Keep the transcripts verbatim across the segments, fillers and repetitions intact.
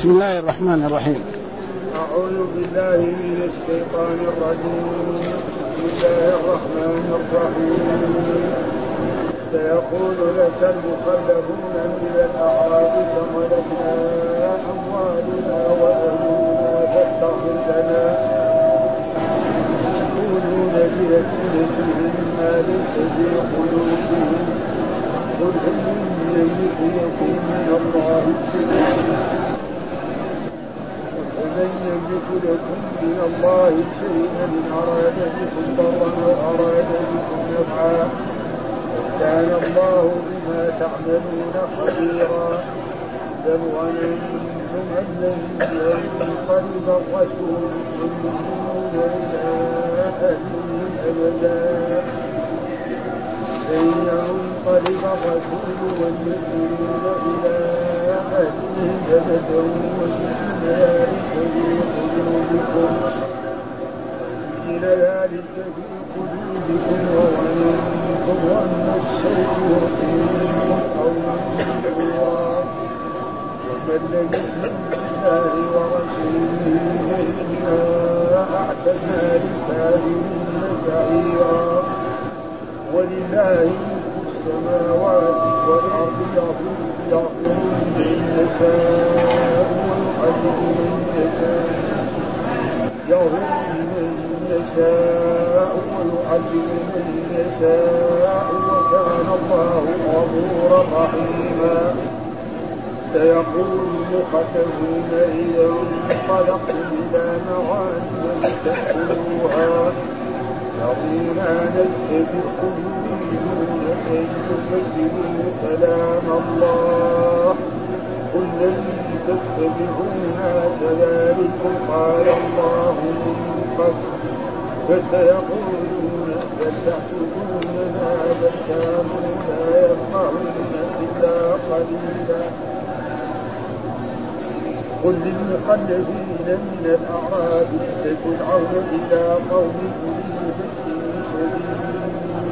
بسم الله الرحمن الرحيم. أعوذ بالله من الشيطان الرجيم. بسم الله الرحمن الرحيم. سيقول لك المخلفون من الأعراب شغلتنا أموالنا وأهلنا فاستغفر لنا يقولون بألسنتهم ما ليس في قلوبهم قل هل يحييكم من الله شيئا ومن يملك لكم من الله شيئا إن أراد بكم ضرا وأراد بكم نفعا وكان الله بما تعملون خبيرا. بل ظننتم أن لن ينقلب الرسول والمؤمنون إلى أهلهم أبدا لن ينقلب الرسول والمؤمنون إلى أهلهم أبدا وجعل ذلك في قلوبكم وجعل ذلك في قلوبكم وظننتم أن الشيء يؤتيكم أو ينفعا ومن لم يؤمن بالله ورسوله فإنا أعتدنا للكافرين سعيرا. ولله ملك السماوات والأرض يغفر لمن يشاء ويعذب من يشاء يغفر لمن يشاء ويعذب من يشاء وكان الله غفورا رحيما. سيقول المخلفون إذا انطلقتم إلى مغانم لتأكلوها يرينا نستبقكم يريدون أن يبدلوا كلام الله قل لن تتبعونا كذلكم قال الله من قبل فسيقولون بل تحسدوننا بل كانوا لا يفقهون إلا قليلا. قل للمخلفين من الأعراب ستدعون إلى قوم أولي بأس شديد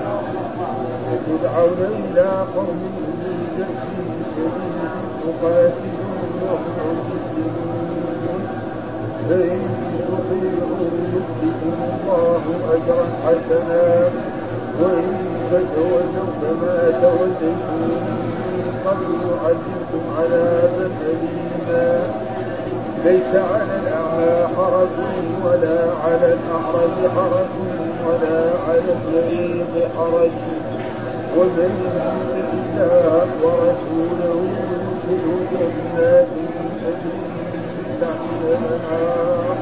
ستدعون إلى قوم أولي بأس شديد تقاتلونهم أو تسلمون فإن تطيعوا يؤتكم الله أجرا حسنا وإن تتولوا كما توليتم من قبل يعذبكم عذابا أليما. ليس على الأعمى حرج ولا على الأعرج حرج ولا على المريض حرج ومن يطع الله ورسوله يدخله جنات تجري من تحتها الأنهار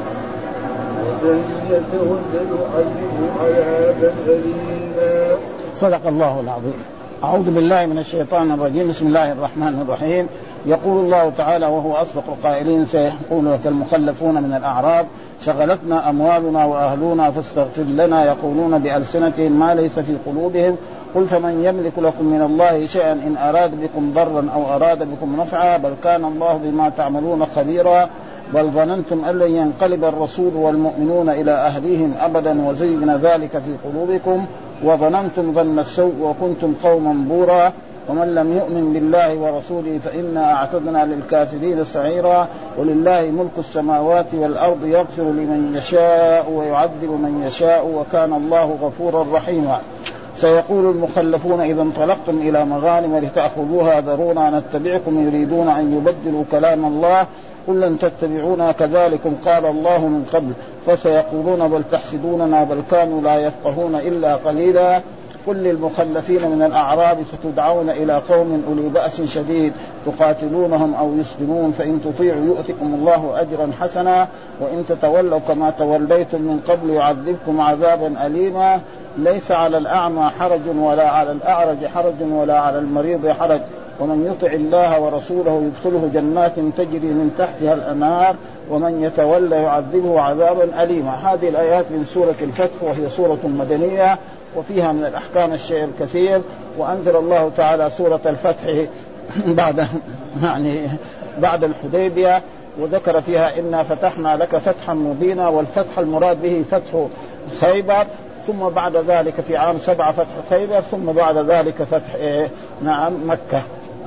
ومن يتولى يعذبه عذابا أليما. صدق الله العظيم. أعوذ بالله من الشيطان الرجيم. بسم الله الرحمن الرحيم. يقول الله تعالى وهو أصدق القائلين سيقول لك المخلفون من الأعراب شغلتنا أموالنا وأهلنا فاستغفر لنا يقولون بألسنتهم ما ليس في قلوبهم قل فمن يملك لكم من الله شيئا إن أراد بكم ضرا أو أراد بكم نفعا بل كان الله بما تعملون خبيرا. بل ظننتم أن لن ينقلب الرسول والمؤمنون إلى أهليهم أبدا وزين ذلك في قلوبكم وظننتم ظن السوء وكنتم قوما بورا. ومن لم يؤمن بالله ورسوله فإنا أعتدنا للكافرين سعيرا. ولله ملك السماوات والأرض يغفر لمن يشاء ويعذب من يشاء وكان الله غفورا رحيما. سيقول المخلفون إذا انطلقتم إلى مغانم لتأخذوها ذرونا نتبعكم يريدون أن يبدلوا كلام الله قل لن تتبعونا كذلكم قال الله من قبل فسيقولون بل تحسدوننا بل كانوا لا يفقهون إلا قليلا. قل للمخلفين من الأعراب ستدعون إلى قوم أولي بأس شديد تقاتلونهم أو يسلمون فإن تطيعوا يؤتكم الله أجرا حسنا وإن تتولوا كما توليتم من قبل يعذبكم عذابا أليما. ليس على الأعمى حرج ولا على الأعرج حرج ولا على المريض حرج ومن يطع الله ورسوله يدخله جنات تجري من تحتها الأنهار ومن يتولى يعذبه عذابا أليما. هذه الآيات من سورة الفتح وهي سورة مدنية وفيها من الأحكام الشيء الكثير. وأنزل الله تعالى سورة الفتح بعد يعني بعد الحديبية وذكر فيها إنا فتحنا لك فتحا مبينا والفتح المراد به فتح خيبر ثم بعد ذلك في عام سبعة فتح خيبر ثم بعد ذلك فتح إيه؟ نعم مكة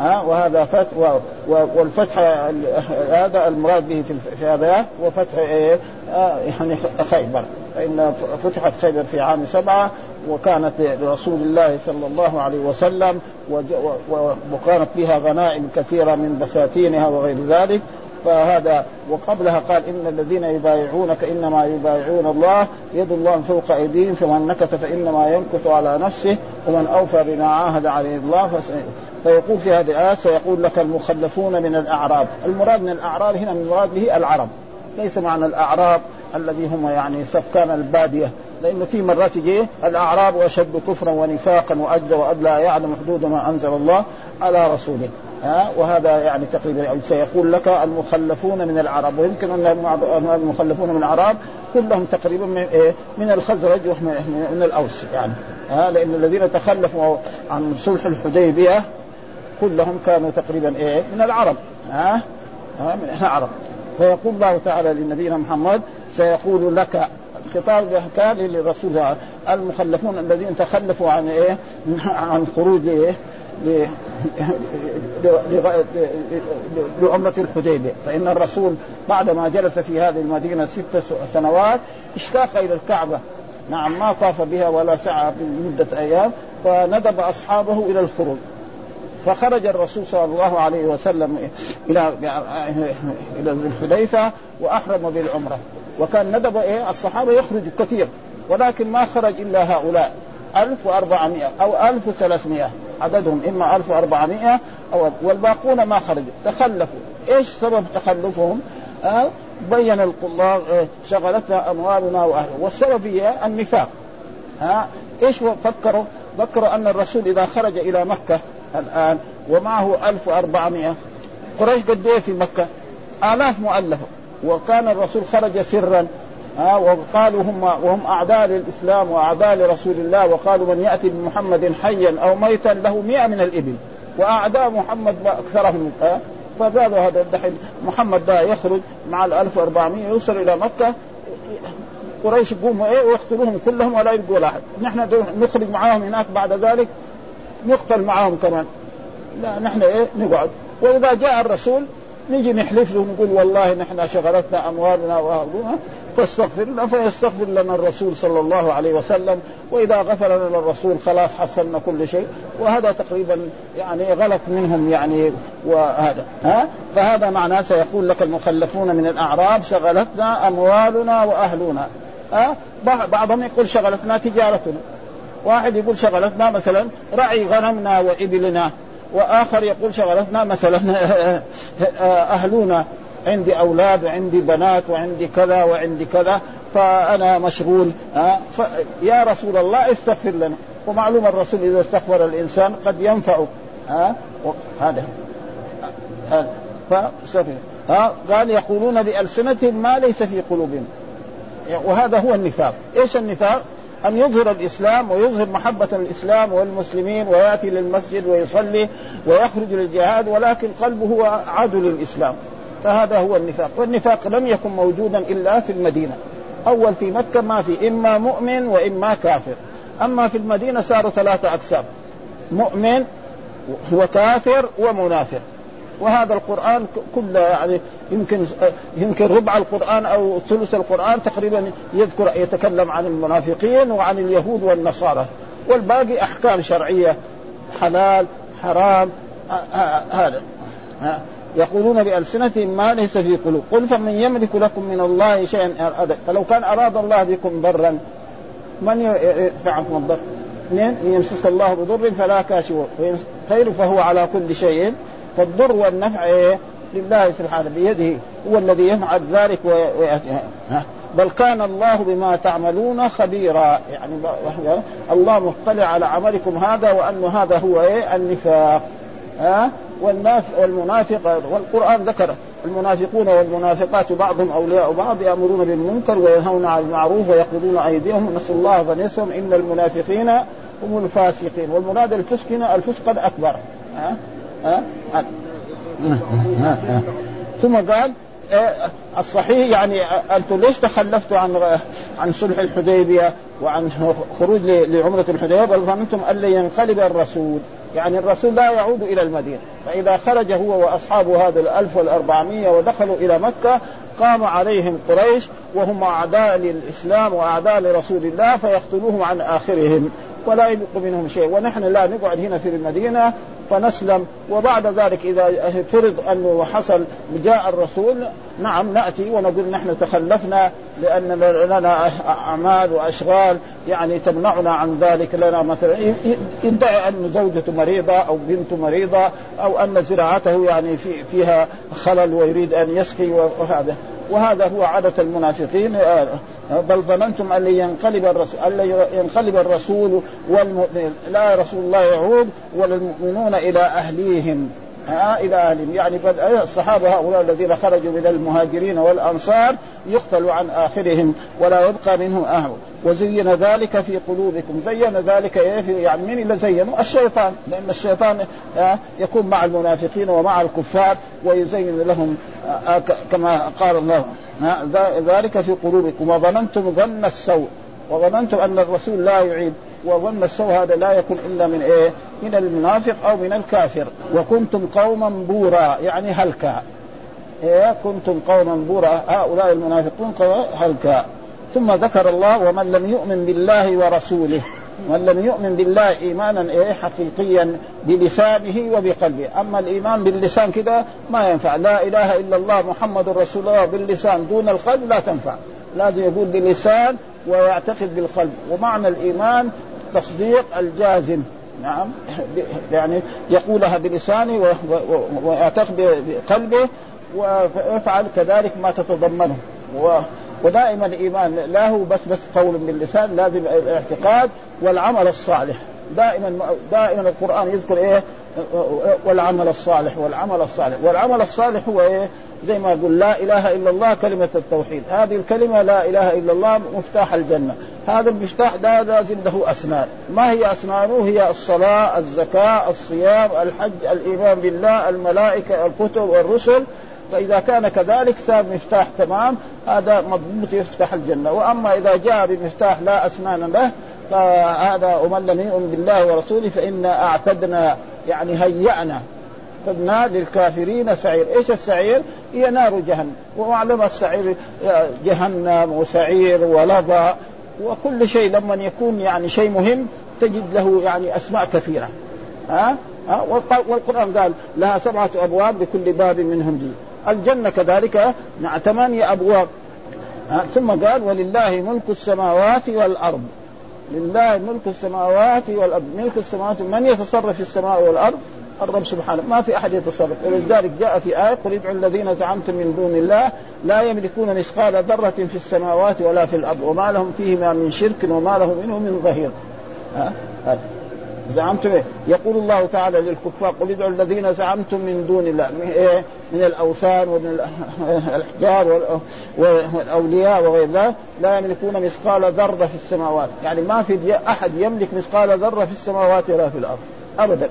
ها وهذا فتح والفتح هذا المراد به في هذا وفتح إيه يعني خيبر، فإن فتحت خيبر في عام سبعة وكانت لرسول الله صلى الله عليه وسلم وكانت بها غنائم كثيرة من بساتينها وغير ذلك. فهذا وقبلها قال إن الذين يبايعونك إنما يبايعون الله يد الله فوق أيديهم فمن نكث فإنما ينكث على نفسه ومن أوفى بما عاهد عليه الله. فيقول في هذه الآية سيقول لك المخلفون من الأعراب. المراد من الأعراب هنا من المراد به العرب، ليس معنى الأعراب الذي هم يعني سكان البادية، لأنه في مرات يجي الأعراب وأشد كفرا ونفاقا وأجدر وأبلا يعلم حدود ما أنزل الله على رسوله. ها وهذا يعني تقريبا سيقول لك المخلفون من العرب، ويمكن أن المخلفون من العرب كلهم تقريبا من, إيه من الخزرج ومن الأوس يعني، ها لأن الذين تخلفوا عن صلح الحديبية كلهم كانوا تقريبا إيه من العرب، ها ها من العرب. فيقول الله تعالى لنبينا محمد سيقول لك الخطاب كان للرسول المخلفون الذين تخلفوا عن إيه عن خروج إيه لعمرة الحديبية. فإن الرسول بعدما جلس في هذه المدينة ست سنوات اشتاق إلى الكعبة، نعم ما طاف بها ولا سعى بمدة أيام، فندب أصحابه إلى الخروج. فخرج الرسول صلى الله عليه وسلم إلى إلى الحديبية وأحرم بالعمرة، وكان ندب إيه الصحابة يخرج كثير، ولكن ما خرج إلا هؤلاء ألف وأربعمائة أو ألف وثلاثمائة عددهم، إما ألف وأربعمائة أو والباقون ما خرجوا تخلفوا. إيش سبب تخلفهم؟ أه؟ بين القضاة أه شغلتنا أموالنا وأهلنا، والسبب هي النفاق. ها أه؟ إيش فكروا؟ فكروا أن الرسول إذا خرج إلى مكة الآن ومعه ألف وأربعمائة، قريش قد إيه في مكة؟ آلاف مؤلفة، وكان الرسول خرج سرا ها وقالوا هم وهم أعداء للإسلام وأعداء لرسول الله، وقالوا من يأتي بمحمد حيا أو ميتا له مئة من الإبل، وأعداء محمد أكثرهم. فقالوا هذا الدحين محمد دا يخرج مع الألف وأربعمائة يوصل إلى مكة، قريش يقوموا إيه ويقتلوهم كلهم ولا يبقوا لا أحد، نحن نخرج معاهم هناك بعد ذلك نقتل معاهم كمان، لا نحن إيه نقعد. وإذا جاء الرسول نيجي نحلف له ونقول والله نحن شغلتنا أموالنا وأهلنا فاستغفر لنا، فيستغفر لنا الرسول صلى الله عليه وسلم، وإذا غفر لنا الرسول خلاص حصلنا كل شيء. وهذا تقريبا يعني غلط منهم يعني. وهذا ها فهذا معناه سيقول لك المخلفون من الأعراب شغلتنا أموالنا وأهلنا. ها بعضهم يقول شغلتنا تجارتنا، واحد يقول شغلتنا مثلا رعي غنمنا وإبلنا، وآخر يقول شغلتنا مثلا أهلنا، عندي أولاد وعندي بنات وعندي كذا وعندي كذا فأنا مشغول. يا رسول الله استغفر لنا. ومعلوم الرسول إذا استغفر الإنسان قد ينفعه. هذا فاستغفر. قال يقولون بألسنتهم ما ليس في قلوبهم، وهذا هو النفاق. إيش النفاق؟ أن يظهر الإسلام ويظهر محبة الإسلام والمسلمين ويأتي للمسجد ويصلي ويخرج للجهاد، ولكن قلبه هو عدو للإسلام، فهذا هو النفاق. والنفاق لم يكن موجودا إلا في المدينة. أول في مكة ما في، إما مؤمن وإما كافر. أما في المدينة صاروا ثلاثة أقسام، مؤمن وكافر ومنافق. وهذا القرآن كله يعني يمكن يمكن ربع القرآن أو ثلث القرآن تقريبا يذكر يتكلم عن المنافقين وعن اليهود والنصارى، والباقي أحكام شرعية حلال حرام. هذا يقولون بألسنتهم ما ليس في قلوب. قل فمن يملك لكم من الله شيئا، فلو كان أراد الله بكم ضرا من يدفع عنكم الضر؟ إن يمسسك الله بضر فلا كاشف خير فهو على كل شيء. فالضر والنفع لله سبحانه بيده، هو الذي يفعل ذلك ويأتيها. بل كان الله بما تعملون خبيرا، يعني الله مطلع على عملكم هذا، وأن هذا هو النفاق. ها والمنافق والقرآن ذكر المنافقون والمنافقات بعضهم أولياء بعض يأمرون بالمنكر وينهون عن المعروف ويقبضون أيديهم نسوا الله فنسهم إن المنافقين هم الفاسقين. والمراد الفسق هنا الفسق الأكبر. ها ها ها ها ها. ثم قال الصحيح يعني أنتم ليش تخلفتوا عن عن صلح الحديبية وعن خروج لعمرة الحديبية؟ بل ظننتم أن لن ينقلب الرسول. يعني الرسول لا يعود إلى المدينة، فإذا خرج هو وأصحابه هذا الألف والأربعمائة ودخلوا إلى مكة قام عليهم قريش وهم أعداء للإسلام وأعداء لرسول الله فيقتلوهم عن آخرهم ولا يبقى منهم شيء، ونحن لا نقعد هنا في المدينة فنسلم، وبعد ذلك إذا فرض أنه حصل جاء الرسول نعم نأتي ونقول نحن تخلفنا لأن لنا أعمال وأشغال يعني تمنعنا عن ذلك، لنا مثلا يدعي أن زوجته مريضة أو بنته مريضة أو أن زراعته يعني في فيها خلل ويريد أن يسقي، وهذا وهذا هو عادة المنافقين. بل ظننتم أن ينقلب الرسول أن ينقلب الرسول والمؤمنون، لا رسول الله يعود ولا المؤمنون إلى أهليهم ها إلى أهلهم، يعني الصحابة هؤلاء الذين خرجوا من المهاجرين والأنصار يقتل عن آخرهم ولا يبقى منه أهل. وزين ذلك في قلوبكم، زين ذلك يعني من اللي زينه؟ الشيطان، لأن الشيطان يكون مع المنافقين ومع الكفار ويزين لهم كما قال الله ذلك في قلوبكم وظننتم ظن السوء، وظننتم أن الرسول لا يعيد، وظن السوء هذا لا يكون إلا من إيه؟ من المنافق أو من الكافر. وكنتم قوما بورا يعني هلكا، إيه؟ كنتم قوما بورا، هؤلاء المنافقون هلكا. ثم ذكر الله ومن لم يؤمن بالله ورسوله، من لم يؤمن بالله إيمانا إيه حقيقيا بلسانه وبقلبه. أما الإيمان باللسان كده ما ينفع، لا إله إلا الله محمد رسول الله باللسان دون القلب لا تنفع، لازم يقول باللسان ويعتقد بالقلب. ومعنى الإيمان تصديق الجازم، نعم يعني يقولها بلسانه ويعتقد بقلبه ويفعل كذلك ما تتضمنه. ودائما الإيمان لا هو بس بس قول باللسان، لازم الاعتقاد والعمل الصالح. دائما دائما القرآن يذكر إيه؟ والعمل الصالح والعمل الصالح والعمل الصالح هو إيه؟ زي ما يقول لا إله إلا الله كلمة التوحيد، هذه الكلمة لا إله إلا الله مفتاح الجنة. هذا المفتاح ده لازم له أسنان، ما هي أسنانه؟ هي الصلاة الزكاة الصيام الحج الإيمان بالله الملائكة الكتب والرسل. فإذا كان كذلك صار مفتاح تمام، هذا مضبوط يفتح الجنة. وأما إذا جاء بمفتاح لا أسنان له فهذا ومن لم يؤمن بالله ورسوله فإنا أعتدنا يعني هيأنا أعتدنا للكافرين سعير. إيش السعير؟ هي نار جهنم، ومعلومة السعير جهنم وسعير ولظى وكل شيء. لما يكون يعني شيء مهم تجد له يعني أسماء كثيرة. ها أه؟ والقرآن قال لها سبعة أبواب لكل باب منهم جزء. الجنة كذلك مع ثمانية أبواب. أه؟ ثم قال ولله ملك السماوات والأرض، لله ملك السماوات والأرض. ملك السماوات من يتصرف في السماء والأرض؟ الرب سبحانه، ما في أحد يتصرف. ولذلك جاء في آية قل ادعوا الذين زعمتم من دون الله لا يملكون مثقال ذرة في السماوات ولا في الأرض وما لهم فيهما من شرك وما له منه من ظهير. أه؟ أه؟ زعمتم إيه؟ يقول الله تعالى للكفار قل ادعوا الذين زعمتم من دون الله من الأوثان ومن الأحجار والأولياء وغير ذلك لا يملكون مثقال ذرة في السماوات، يعني ما في أحد يملك مثقال ذرة في السماوات ولا في الأرض أبدا.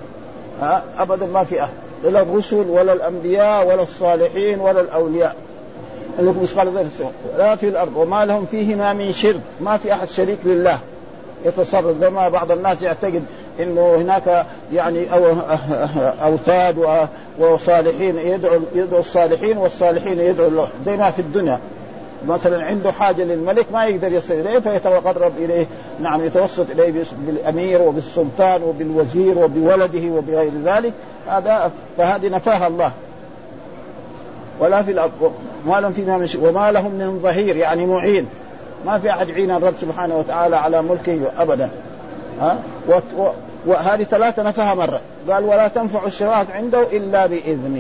ها أبدا ما في أحد، لا الرسل ولا الأنبياء ولا الصالحين ولا الأولياء يملكون مثقال ذرة في السماوات ولا في الأرض وما لهم فيهما من شرك، ما في أحد شريك لله يتصرف. زي ما بعض الناس يعتقد انه هناك يعني أو اوثاد وصالحين يدعو يدعو الصالحين والصالحين يدعو الله، زي ما في الدنيا مثلا عنده حاجه للملك ما يقدر يصل اليه فيتقرب اليه، نعم يتوسط اليه بالامير وبالسلطان وبالوزير وبولده وبغير ذلك. هذا فهذه نفاها الله. ولا في الارض ما لهم فيها من شيء وما لهم من ظهير يعني معين، ما في أحد يعين الرب سبحانه وتعالى على ملكه أبدا. ها وهذه ثلاثة نفها مرة. قال ولا تنفع الشفاعة عنده إلا بإذنه.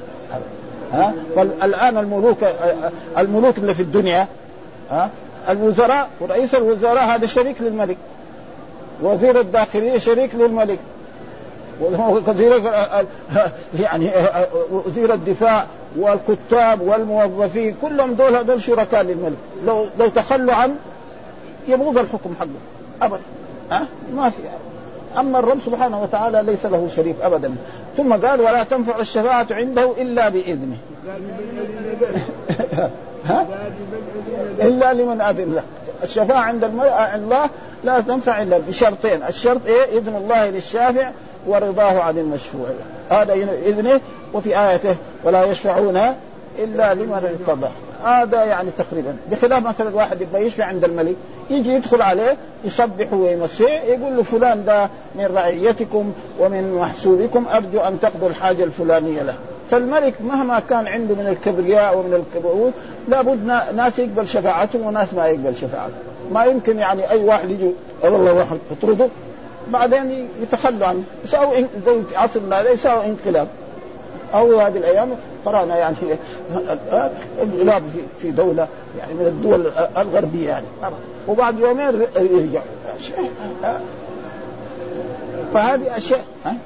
ها فالآن الملوك الملوك اللي في الدنيا ها الوزراء ورئيس الوزراء هذا شريك للملك، وزير الداخلية شريك للملك، وزير يعني وزير الدفاع والكتاب والموظفين كلهم دول هذول شركاء للملك. لو لو تخلوا عن يبوظ الحكم حقه ابدا. أه؟ ما في. اما الرب سبحانه وتعالى ليس له شريك ابدا. ثم قال ولا تنفع الشفاعة عنده الا باذنه. ها إلا لمن أذن له. الشفاعة عند الله لا تنفع إلا بشرطين. الشرط إيه؟ إذن الله للشافع ورضاه عن المشفوع، هذا إذنه. وفي آيته ولا يشفعون إلا لمن ارتضى، هذا يعني تقريبا. بخلاف مثلا واحد يبغى يشفع عند الملك، يجي يدخل عليه يصبح ويمسيه، يقول له فلان ده من رعيتكم ومن محسوبكم، أرجو أن تقضوا الحاجة الفلانية له. فالملك مهما كان عنده من الكبرياء ومن الكبرياء لابد ناس يقبل شفاعتهم وناس ما يقبل شفاعتهم. ما يمكن يعني أي واحد يجي الله واحد يطرده بعدين يتخلوا عنه، يساووا زي عصرنا هذا يساووا انقلاب. أو هذه الأيام قرأنا يعني انقلاب في دولة يعني من الدول الغربية يعني، وبعد يومين يرجع. فهذه أشياء.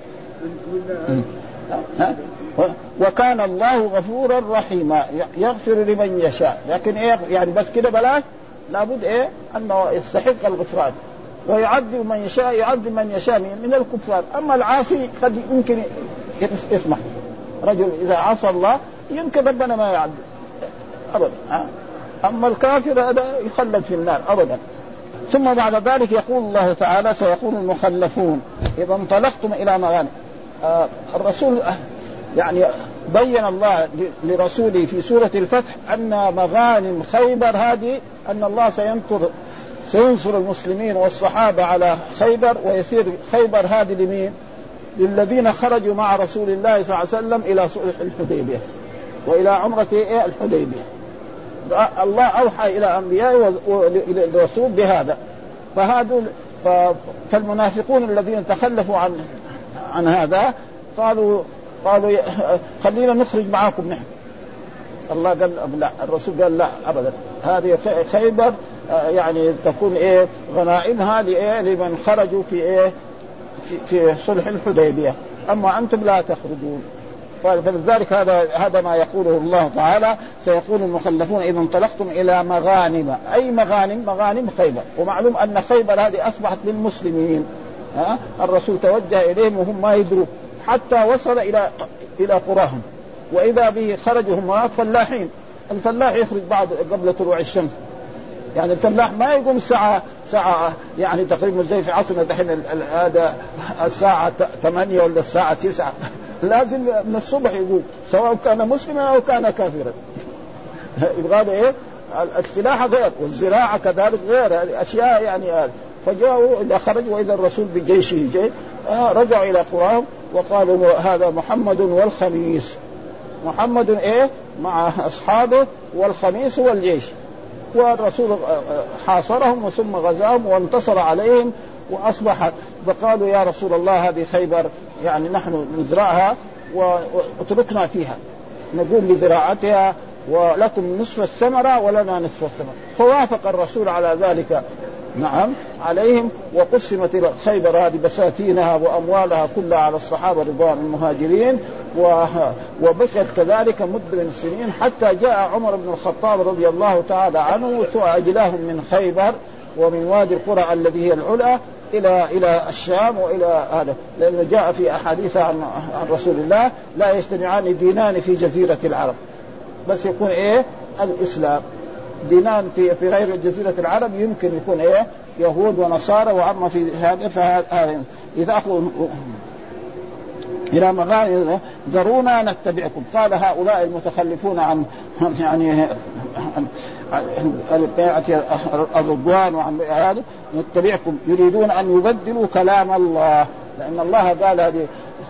وكان الله غفورا رحيما يغفر لمن يشاء، لكن إيه يعني بس كده بلاش، لابد إيه أنه يستحق الغفران، ويعذب من يشاء يعذب من يشاء من الكفار. أما العاصي قد يمكن يسمح، رجل إذا عصى الله يمكن ربنا ما يعذب أبدا، أما الكافر هذا يخلد في النار أبدا. ثم بعد ذلك يقول الله تعالى سيقول المخلفون إذا انطلقتم إلى مغانم. آه الرسول يعني بين الله لرسوله في سورة الفتح أن مغانم خيبر هذه أن الله سينصر سينصر المسلمين والصحابة على خيبر، ويصير خيبر هذه لمين؟ للذين خرجوا مع رسول الله صلى الله عليه وسلم إلى صلح الحديبية وإلى عمرة الحديبية. الله أوحى إلى أنبياء والرسول بهذا. فهذا فالمنافقون الذين تخلفوا عن عن هذا قالوا قالوا خلينا نخرج معاكم نحن. الله قال لا، الرسول قال لا أبدا، هذه خيبر يعني تكون إيه غنائمها لإيه لمن خرجوا في إيه في, في صلح الحديبية، أما أنتم لا تخرجون. فلذلك هذا هذا ما يقوله الله تعالى سيقول المخلفون إذا انطلقتم إلى مغانم. أي مغانم؟ مغانم خيبر. ومعلوم أن خيبر هذه أصبحت للمسلمين، ها؟ الرسول توجه إليهم وهم ما يدروا حتى وصل إلى إلى قراهم، وإذا به خرجوا هم فلاحين. الفلاح يخرج بعد قبل طلوع الشمس، يعني الفلاح ما يقوم ساعة ساعة يعني تقريبا زي في عصرنا دحين هذا الساعة ثمانية ولا الساعة تسعة، لازم من الصبح يقول سواء كان مسلما أو كان كافرا. يبغى إيه الفلاحة غير والزراعة كذلك غير أشياء يعني. فجاءوا إذا خرجوا وإذا الرسول بجيشه جاء آه رجعوا إلى قراهم وقالوا هذا محمد والخميس. محمد إيه مع أصحابه والخميس هو الجيش. والرسول حاصرهم وثم غزاهم وانتصر عليهم وأصبحت. فقالوا يا رسول الله هذه خيبر يعني نحن نزرعها واتركنا فيها نقوم بزراعتها ولكم نصف الثمرة ولنا نصف الثمرة. فوافق الرسول على ذلك نعم عليهم، وقسمت خيبر هذه بساتينها وأموالها كلها على الصحابة رضوان المهاجرين، وبقيت كذلك مدة من السنين حتى جاء عمر بن الخطاب رضي الله تعالى عنه وأجلاهم من خيبر ومن وادي القرى الذي هي العلا إلى إلى الشام وإلى هذا، لأنه جاء في أحاديث عن عن رسول الله لا يجتمعان دينان في جزيرة العرب، بس يكون إيه الإسلام. دينان في في غير جزيرة العرب يمكن يكون إيه يهود ونصارى، وأما في هذا فهذا إذا أخذوا إلى مغانم ذرونا نتبعكم. قال هؤلاء المتخلفون عن يعني عن بيعة الرضوان وعن هذا نتبعكم يريدون أن يبدلوا كلام الله، لأن الله قال هذه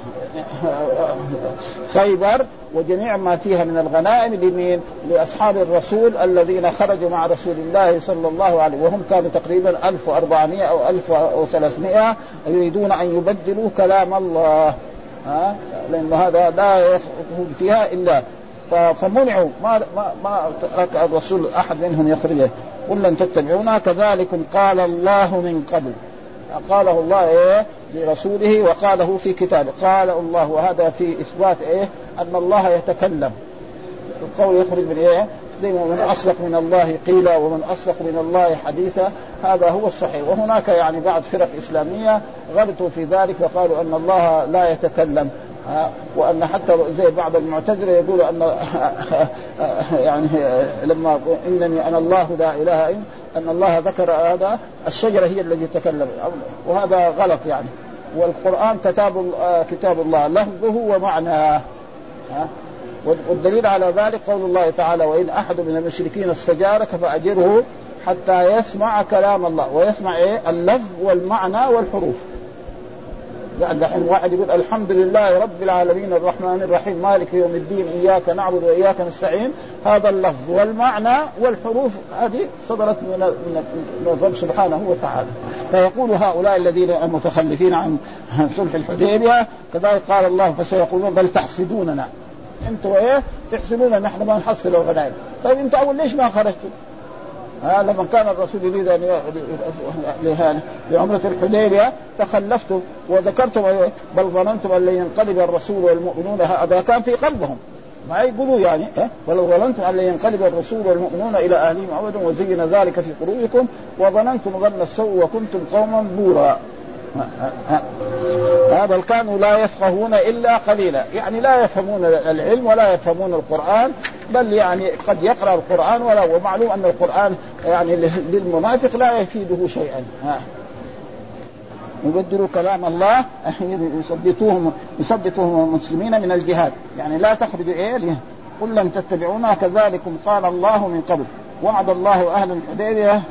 خيبر وجميع ما فيها من الغنائم لمين؟ لأصحاب الرسول الذين خرجوا مع رسول الله صلى الله عليه وهم كانوا تقريبا ألف وأربعمائة أو ألف وثلاثمائة يريدون أن يبدلوا كلام الله، ها؟ لأن هذا لا يخرج فيها إلا فمنعوا ما ما ما ترك الرسول أحد منهم يخرجه. قل لن تتبعونا كذلكم قال الله من قبل. قاله الله إيه لرسوله وقاله في كتابه. قال الله، وهذا في إثبات إيه أن الله يتكلم. القول يخرج من إيه من أصدق من الله قيلا ومن أصدق من الله حديثا، هذا هو الصحيح. وهناك يعني بعض فرق إسلامية غلطوا في ذلك وقالوا أن الله لا يتكلم، وأن حتى زي بعض المعتزلة يقولوا أن يعني لما إنني أنا الله لا إله إلا أن الله ذكر هذا الشجرة هي التي تكلم، وهذا غلط يعني. والقرآن كتاب كتاب الله لفظه ومعناه. والدليل على ذلك قول الله تعالى: وإن أحد من المشركين استجارك فأجره حتى يسمع كلام الله. ويسمع إيه؟ اللفظ والمعنى والحروف. يعني دحين واحد يقول الحمد لله رب العالمين الرحمن الرحيم مالك يوم الدين إياك نعبد وإياك نستعين، هذا اللفظ والمعنى والحروف هذه صدرت من من الرب سبحانه وتعالى. فيقول هؤلاء الذين المتخلفين عن صلح الحديبية كذلك قال الله: فسيقولون بل تحسدوننا، انتوا ايه تحسدوننا نحن ما نحصل الغنائم. طيب انتوا اول ليش ما خرجتوا؟ ها لما كان الرسول يريد ان لعمرة الحديبية تخلفتم وذكرتم بل ظننتم ان لن ينقلب الرسول والمؤمنون، هذا كان في قلبهم ما يقولوا يعني بل ظننتم ان لن ينقلب الرسول والمؤمنون الى اهلهم ابدا وزين ذلك في قلوبكم وظننتم ظن السوء وكنتم قوما بورا. بل كانوا لا يفقهون إلا قليلا، يعني لا يفهمون العلم ولا يفهمون القرآن، بل يعني قد يقرأ القرآن ولا. ومعلوم أن القرآن يعني للمنافق لا يفيده شيئا. يبدلوا كلام الله يثبتوهم يثبتوهم المسلمين من الجهاد، يعني لا تخرجوا إيه قل لن تتبعونا كذلكم قال الله من قبل وعد الله أهل الحديبية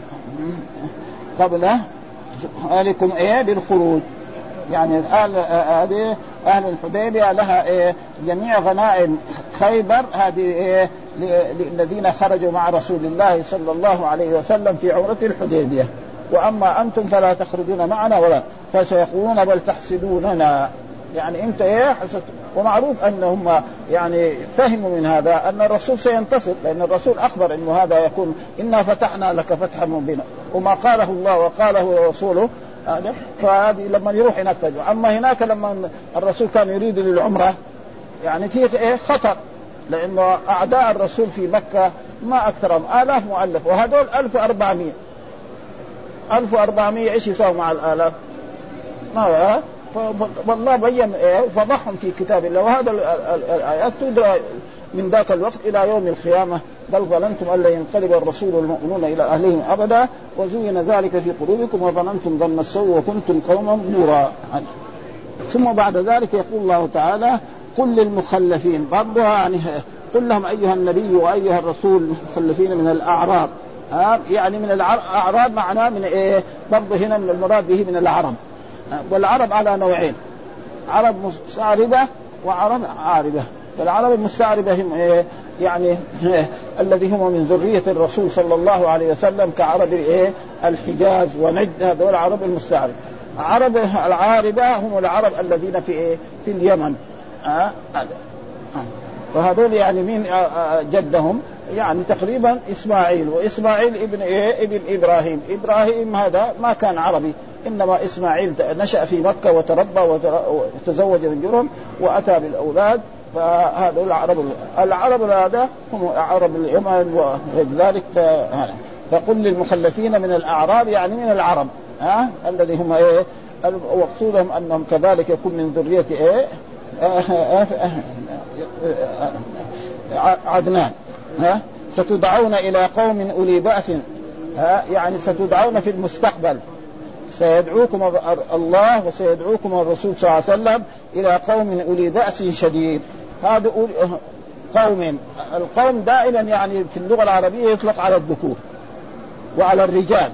قبله عليكم إيه بالخروج. يعني أهل هذه أهل الحديبية لها إيه جميع غنائم خيبر هذه إيه للذين خرجوا مع رسول الله صلى الله عليه وسلم في عمرة الحديبية. وأما أنتم فلا تخرجون معنا ولا فسيقولون بل تحسدوننا، يعني أنت إيه حسد. ومعروف أنهم يعني فهموا من هذا أن الرسول سينتصر، لأن الرسول أخبر أنه هذا يكون إنا فتحنا لك فتحا مبينا، وما قاله الله وقاله رسوله. فهذه لما يروح هناك تجوا. أما هناك لما الرسول كان يريد للعمرة يعني فيه إيه خطر، لأنه أعداء الرسول في مكة ما أكثرهم آلاف مؤلف، وهذول ألف وأربعمية ألف وأربعمية إيش يساوي مع الآلاف؟ ما والله بين إيه فضحهم في كتاب الله. وهذا الآيات تدرى من ذاك الوقت إلى يوم القيامة. بل ظننتم أن لن ينقلب الرسول والمؤمنون إلى أهلهم أبدا وزين ذلك في قلوبكم وظننتم ظن السوء وكنتم قوما بورا. ثم بعد ذلك يقول الله تعالى: قل للمخلفين، برضها يعني قل لهم أيها النبي وأيها الرسول المخلفين من الأعراب. يعني من الأعراب معناه من إيه؟ برضه هنا من المراد به من العرب. والعرب على نوعين: عرب مستعربة وعرب عاربة. فالعرب المستعربة هم إيه؟ يعني إيه؟ الذي هم من ذرية الرسول صلى الله عليه وسلم كعرب إيه؟ الحجاز ونجد، هذول العرب المستعربة. عرب العاربة هم العرب الذين في إيه؟ في اليمن. آه؟ آه. وهذول يعني مين جدهم؟ يعني تقريبا إسماعيل، وإسماعيل ابن إيه؟ ابن إبراهيم. إبراهيم هذا ما كان عربي، إنما إسماعيل نشأ في مكة وتربى وتزوج من جرهم وأتى بالأولاد. فهذا العرب العرب هذا هم عرب اليمن وذلك. فقل للمخلفين من الأعراب يعني من العرب، ها الذي هم إيه وقصودهم أنهم كذلك يكون من ذرية إيه عدنان. ها ستدعون إلى قوم أولي بأس، ها يعني ستدعون في المستقبل، سيدعوكم الله وسيدعوكم الرسول صلى الله عليه وسلم إلى قوم أولي بأس شديد. هذا قوم، القوم دائما يعني في اللغة العربية يطلق على الذكور وعلى الرجال،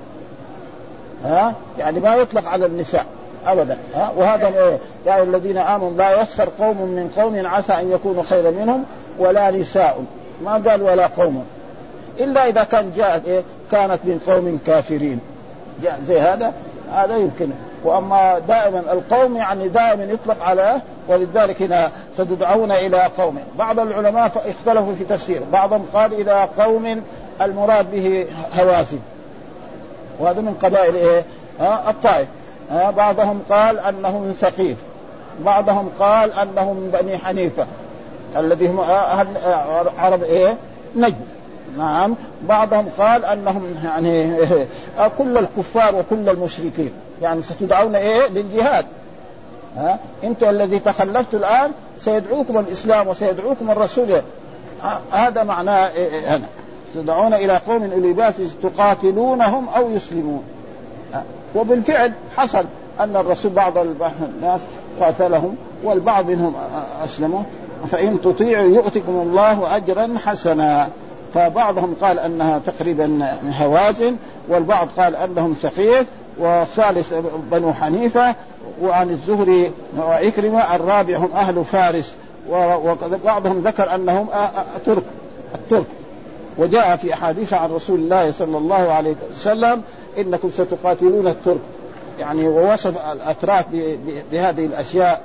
ها يعني ما يطلق على النساء أبدا. ها وهذا إيه؟ يعني الذين آمنوا لا يسخر قوم من قوم عسى أن يكونوا خيرا منهم ولا نساء، ما قال ولا قوم، إلا إذا كان جاءت إيه؟ كانت من قوم كافرين، جاء زي هذا هذا يمكن. وأما دائما القوم يعني دائما يطلق على، ولذلك هنا ستدعون إلى قوم. بعض العلماء اختلفوا في تفسير، بعضهم قال إلى قوم المراد به هوازن، وهذا من قبائل إيه؟ ها الطائف. ها بعضهم قال أنه من ثقيف، بعضهم قال أنه من بني حنيفة الذي هم عرب إيه نجد. نعم بعضهم قال أنهم يعني كل الكفار وكل المشركين، يعني ستدعون إيه للجهاد. ها انتم الذي تخلفتوا الآن سيدعوكم الإسلام وسيدعوكم الرسول. هذا معناه هنا تدعون إلى قوم أولي بأس تقاتلونهم أو يسلمون. وبالفعل حصل أن الرسول بعض الناس قاتلهم والبعض منهم أسلموا. فإن تطيعوا يؤتكم الله أجرا حسنا. فبعضهم قال أنها تقريبا هوازن، والبعض قال أنهم ثقيف، والثالث بنو حنيفة، وعن الزهري وعكرمة الرابع هم أهل فارس، وبعضهم ذكر أنهم ترك الترك. وجاء في أحاديث عن رسول الله صلى الله عليه وسلم إنكم ستقاتلون الترك، يعني ووصف الأتراك بهذه الأشياء.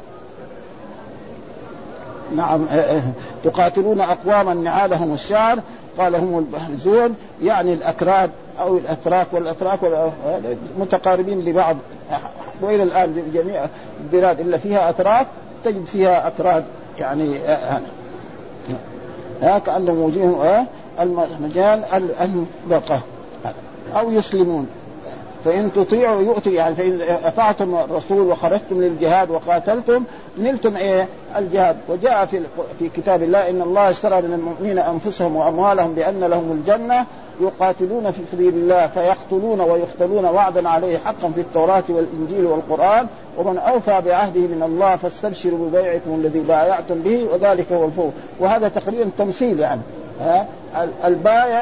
نعم تقاتلون أقواما نعالهم الشعر، قال هم البهزون، يعني الأكراد أو الأتراك، والأتراك متقاربين لبعض، وإلى الآن جميع البلاد إلا فيها أتراك تجد فيها أكراد، يعني ها كأنهم وجيههم المجال المبقى أو يسلمون. فإن تطيعوا يؤتي، يعني فإن أطعتم الرسول وخرجتم للجهاد وقاتلتم نلتم إيه الجهاد. وجاء في في كتاب الله إن الله اشترى من المؤمنين أنفسهم وأموالهم بأن لهم الجنة يقاتلون في سبيل الله فيقتلون ويقتلون وعدا عليه حقا في التوراة والإنجيل والقرآن ومن أوفى بعهده من الله فاستبشروا ببيعكم الذي بايعتم به وذلك هو الفوز. وهذا تقريبا تمثيل، يعني ها البايع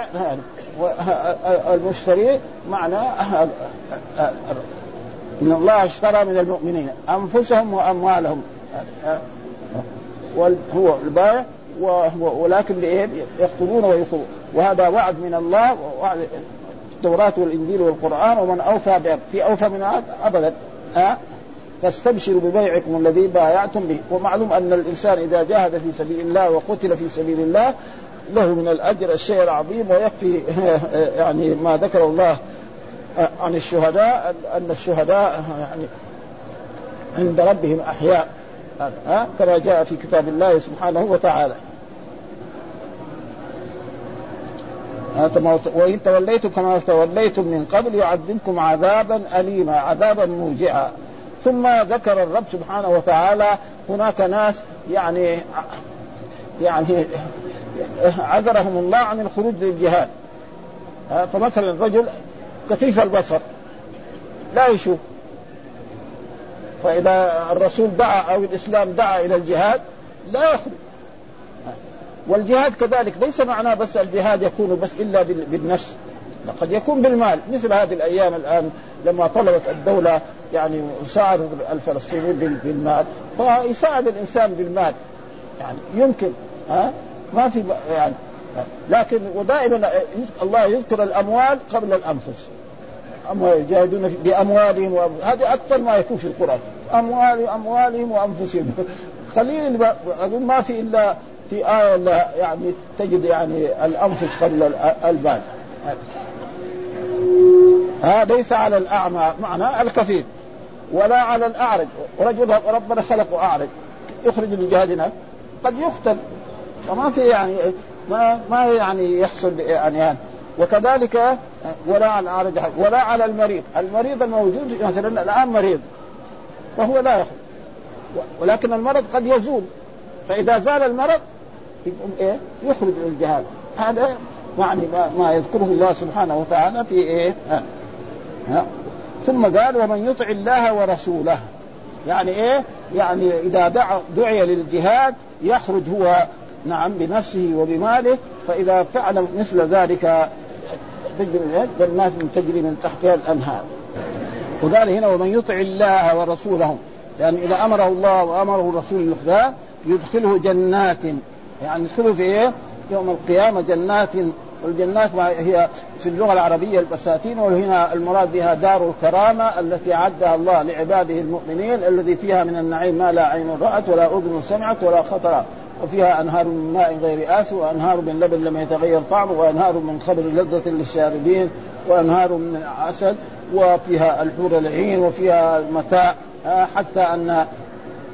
المشتري معنى إن الله اشترى من المؤمنين أنفسهم وأموالهم، هو البايع، ولكن يقتلون ويقتلون، وهذا وعد من الله ووعد التوراة والإنجيل والقرآن ومن أوفى في أوفى من عهد أبدا. ها فاستبشروا ببيعكم الذي بايعتم به. ومعلوم أن الإنسان إذا جاهد في سبيل الله وقتل في سبيل الله له من الأجر الشيء العظيم. ويكفي يعني ما ذكر الله عن الشهداء أن الشهداء يعني عند ربهم أحياء، ها كما جاء في كتاب الله سبحانه وتعالى. وإن توليتم كما توليتم من قبل يعذبكم عذابا أليما عذابا موجعا. ثم ذكر الرب سبحانه وتعالى هناك ناس يعني يعني عذرهم الله عن الخروج للجهاد. فمثلا رجل كثيف البصر لا يشوف، فإذا الرسول دعا أو الإسلام دعا إلى الجهاد لا يخرج. والجهاد كذلك ليس معناه بس الجهاد يكون بس إلا بالنفس، قد يكون بالمال. مثل هذه الأيام الآن لما طلبت الدولة يعني يساعد الفلسطينيين بالمال، فيساعد الإنسان بالمال يعني يمكن، ها ما في يعني. لكن ودائما الله يذكر الأموال قبل الأنفس. أموال يجاهدون بأموالهم، وهذا أكثر ما يكون في القرآن، أموال أموالهم وأنفسهم. خليل أقول ما في إلا في آية يعني تجد يعني الأنفس قبل المال. هذا ليس على الأعمى معنى الكثير ولا على الأعرج. رجل ربنا خلقه أعرج يخرج لجهادنا قد يقتل، فما في يعني ما ما يعني يحصل يعني, يعني وكذلك ولا على الأعرج ولا على المريض. المريض الموجود مثلا الآن مريض فهو لا يخرج، ولكن المرض قد يزول، فإذا زال المرض إيه يخرج للجهاد. هذا يعني ما, ما يذكره الله سبحانه وتعالى في إيه ها. ها. ثم قال ومن يطع الله ورسوله، يعني إيه يعني إذا دعا دعي للجهاد يخرج هو نعم بنفسه وبماله. فإذا فعل مثل ذلك جنات تجري من تحتها الأنهار. وقال هنا ومن يطع الله ورسوله، يعني إذا أمره الله وأمره الرسول الإخلاص يدخله جنات، يعني يدخله في إيه يوم القيامة جنات. والجنات هي في اللغة العربية البساتين، وهنا المراد بها دار الكرامة التي أعدها الله لعباده المؤمنين، الذي فيها من النعيم ما لا عين رأت ولا أذن سمعت ولا خطر، وفيها أنهار من ماء غير آسن وأنهار من لبن لم يتغير طعمه وأنهار من خمر لذة للشاربين وأنهار من عسل، وفيها الحور العين وفيها المتاع، حتى أن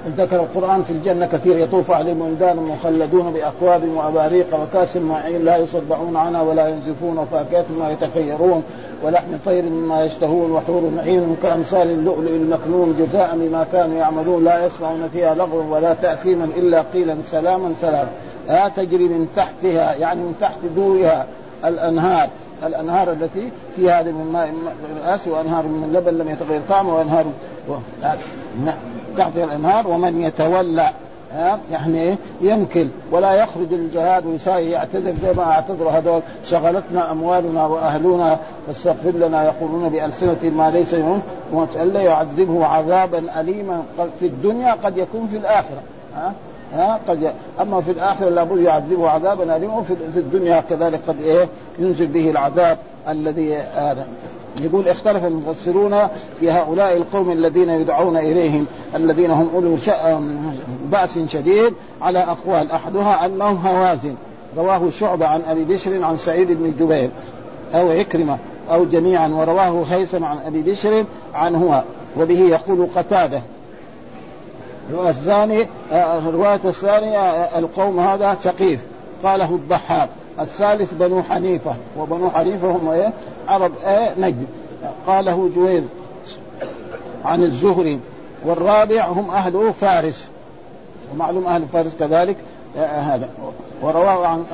ذكر القرآن في الجنة كثير يطوف عليهم ولدان مخلدون بأكواب وأباريق وكأس من معين لا يصدعون عنها ولا ينزفون وفاكهة ما يتخيرون ولحم طير مما يشتهون وحور عين كأمثال اللؤلؤ المكنون جزاء بما كانوا يعملون لا يسمعون فيها لغوا ولا تأثيما إلا قيلا سلاما سلاما لا تجري من تحتها يعني من تحت دورها الأنهار الأنهار التي فيها هذه من ماء آسي وأنهار من لبن لم يتغير طعمه وأنهار و... تحتها الأنهار ومن يتولى يعني ينكل ولا يخرج الجهاد ويساوي يعتذر زي ما اعتذروا هذول شغلتنا أموالنا وأهلنا فاستغفر لنا يقولون بألسنة ما ليس يهم وتألى يعذبه عذابا أليما في الدنيا قد يكون في الآخرة ها ها قد أما في الآخرة لابد يعذبه عذابا أليما في الدنيا كذلك قد إيه ينزل به العذاب الذي هذا. يقول اختلف المفسرون في هؤلاء القوم الذين يدعون إليهم الذين هم أولو بأس شديد على أقوال أحدها أنهم هوازن رواه شعبة عن أبي بشر عن سعيد بن جبير أو عكرمة أو جميعا ورواه هيثم عن أبي بشر عن هو وبه يقول قتادة. الثاني الرواية الثانية القوم هذا ثقيف قاله الضحاك. الثالث بنو حنيفة وبنو حنيفة هم ايه عرب ايه نجد قاله جوير عن الزهري. والرابع هم أهل فارس ومعلوم أهل فارس كذلك هذا. ورواه عن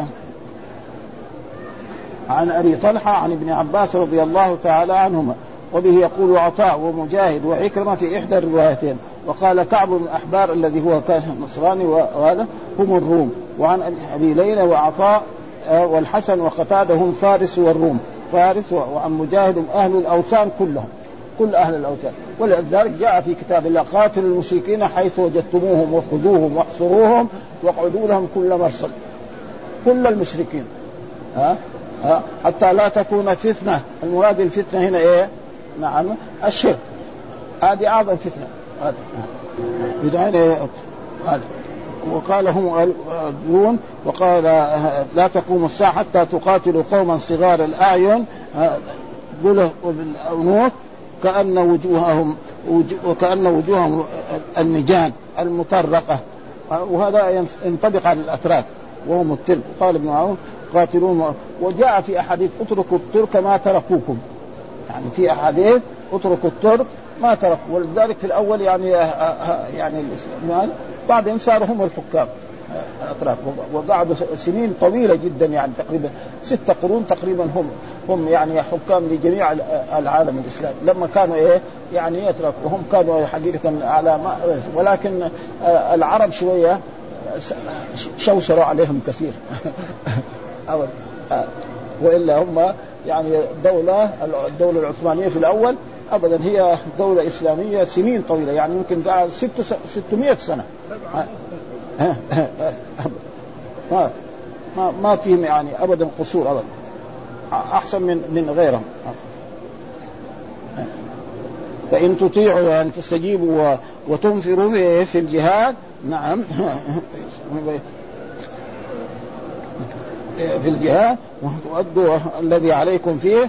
عن أبي طلحة عن ابن عباس رضي الله تعالى عنهما وبه يقول عطاء ومجاهد وعكرمة في إحدى الروايتين. وقال كعب بن الأحبار الذي هو كان نصراني وهذا هم الروم. وعن أبي ليلى وعطاء والحسن وقتادة هم فارس والروم فارس. وعن مجاهد أهل الأوثان كلهم كل أهل الأوثان. ولذلك جاء في كتاب الله قاتلوا المشركين حيث وجدتموهم وخذوهم واحصروهم واقعدوا لهم كل مرصد كل المشركين ها ها حتى لا تكون فتنة. المراد الفتنة هنا إيه؟ نعم الشرك هذه أعظم فتنة هذا يدعون إيه؟ هذا. وقال هم دون وقال لا تقوم الساعة حتى تقاتلوا قوما صغار الأعين دول بالأنوث كأن وجوههم وكأن وجوههم المجان المطرقة وهذا ينطبق على الأتراك وهم الترك. قال ابن عون قاتلون. وجاء في أحاديث اتركوا الترك ما تركوكم يعني في أحاديث اتركوا الترك ما تركوا. ولذلك في الأول يعني يعني الإسلام بعدين صاروا هم الحكام الأتراك وقعدوا سنين طويلة جدا يعني تقريبا ستة قرون تقريبا هم هم يعني حكام لجميع العالم الإسلامي لما كانوا إيه يعني يترك وهم كانوا حقيقة على ما. ولكن العرب شوية شوشروا عليهم كثير وإلا هم يعني دولة الدولة العثمانية في الأول أبدا هي دولة إسلامية سنين طويلة يعني يمكن قاعد ست ستمائة سنة ما ما ما فيهم يعني أبدا قصور أبدا أحسن من من غيرهم. فإن تطيعوا يعني تستجيبوا وتنفروا في الجهاد نعم في الجهاد وتؤدوا الذي عليكم فيه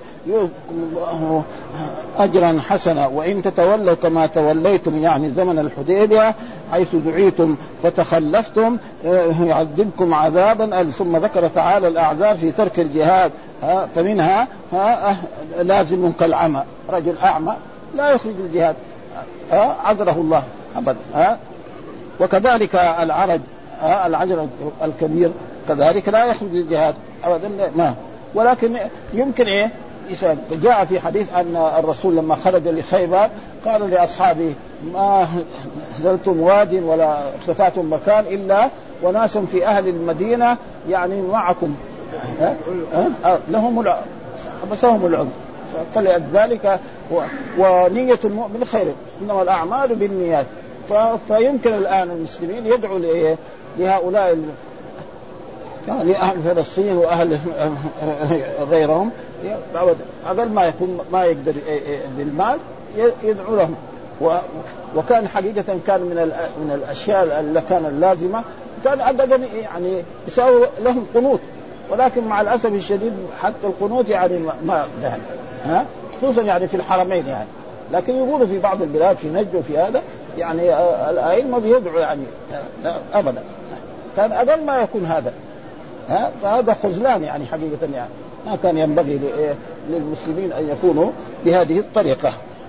أجرا حسنا. وإن تتولوا كما توليتم يعني زمن الحديبية حيث دعيتم فتخلفتم يعذبكم عذابا. ثم ذكر تعالى الأعذار في ترك الجهاد فمنها لازم كالعمى رجل أعمى لا يخرج الجهاد عذره الله أبدا. وكذلك العرج العجل الكبير كذلك لا يخرج الجهاد أبدا ما. ولكن يمكن إيه جاء في حديث أن الرسول لما خرج لخيبر قال لأصحابه ما نزلتم واد ولا ارتفعتم مكان إلا وناس في أهل المدينة يعني معكم لهم العذر بسهم العذر فلذلك ونية المؤمن خير إنما الأعمال بالنيات. فيمكن الآن المسلمين يدعوا لهؤلاء يعني أهل فلسطين وأهل غيرهم أقل ما يكون ما يقدر بالمال يدعو لهم. وكان حقيقة كان من من الأشياء اللي كان اللازمة كان أبدا يعني يساوي لهم قنوت. ولكن مع الأسف الشديد حتى القنوت يعني ما يعني ها خصوصا يعني في الحرمين يعني. لكن يقولوا في بعض البلاد في نجد وفي هذا يعني الأئمة بيدعوا يعني لا أبدا، كان أقل ما يكون هذا. ها فهذا خذلان يعني حقيقة، يعني ما كان ينبغي للمسلمين أن يكونوا بهذه الطريقة.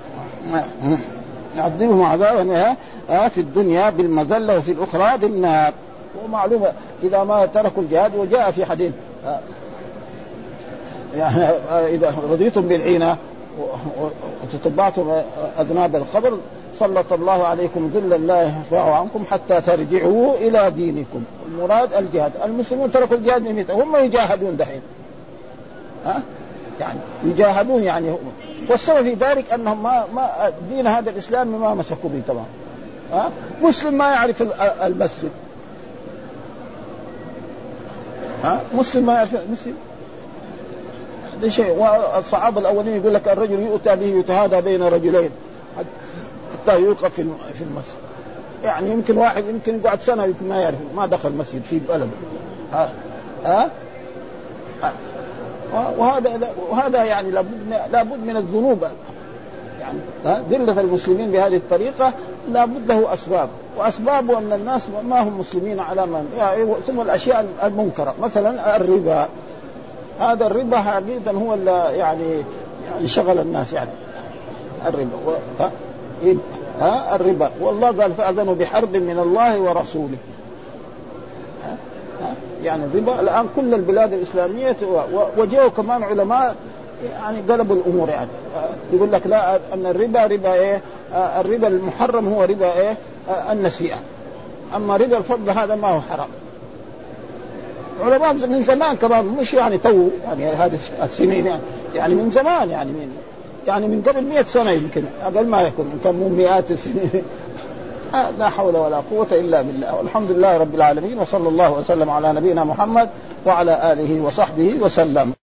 نعذبهم عذابا في الدنيا بالمذلة وفي الأخرى بالنار. ومعلومة إذا ما تركوا الجهاد، وجاء في حديث يعني إذا رضيتم بالعينة وتتبعتم أذناب القبر سلط الله عليكم ذلا لا يرفع عنكم حتى ترجعوا إلى دينكم. المراد الجهاد. المسلمون تركوا الجهاد من متى؟ هم يجاهدون دحين، ها يعني يجاهدون يعني. والسبب في ذلك أنهم ما ما دين هذا الإسلام ما مسكوا به تمام. ها مسلم ما يعرف المسجد، ها مسلم ما يعرف المسجد هذا شيء. والصحابة الأولين يقول لك الرجل يؤتى به يتهادى بين رجلين حتى يوقف في المسجد. يعني يمكن واحد يمكن يقعد سنة يمكن ما يعرف، ما دخل مسجد في بلده. ها ها وهذا وهذا يعني لابد لابد من الذنوب يعني. ذلة المسلمين بهذه الطريقة لابد له أسباب، وأسبابه أن الناس ما هم مسلمين على من يعني. ثم الأشياء المنكرة مثلا الربا، هذا الربا حقيقة هو اللي يعني يعني شغل الناس يعني الربا و... ها؟ ها الربا. والله قال فأذنوا بحرب من الله ورسوله. ها؟ ها؟ يعني الربا الآن كل البلاد الإسلامية وجاءوا كمان علماء يعني قلبوا الأمور يعني. يقول لك لا أن الربا ربا إيه، الربا المحرم هو ربا إيه النسيئة، أما ربا الفضل هذا ما هو حرام. علماء من زمان كمان، مش يعني تو يعني هذه السنين يعني, يعني من زمان يعني من يعني من قبل مئة سنة يمكن أقل ما يكون، يمكن من مئات السنين. لا حول ولا قوة إلا بالله. والحمد لله رب العالمين، وصلى الله وسلم على نبينا محمد وعلى آله وصحبه وسلم.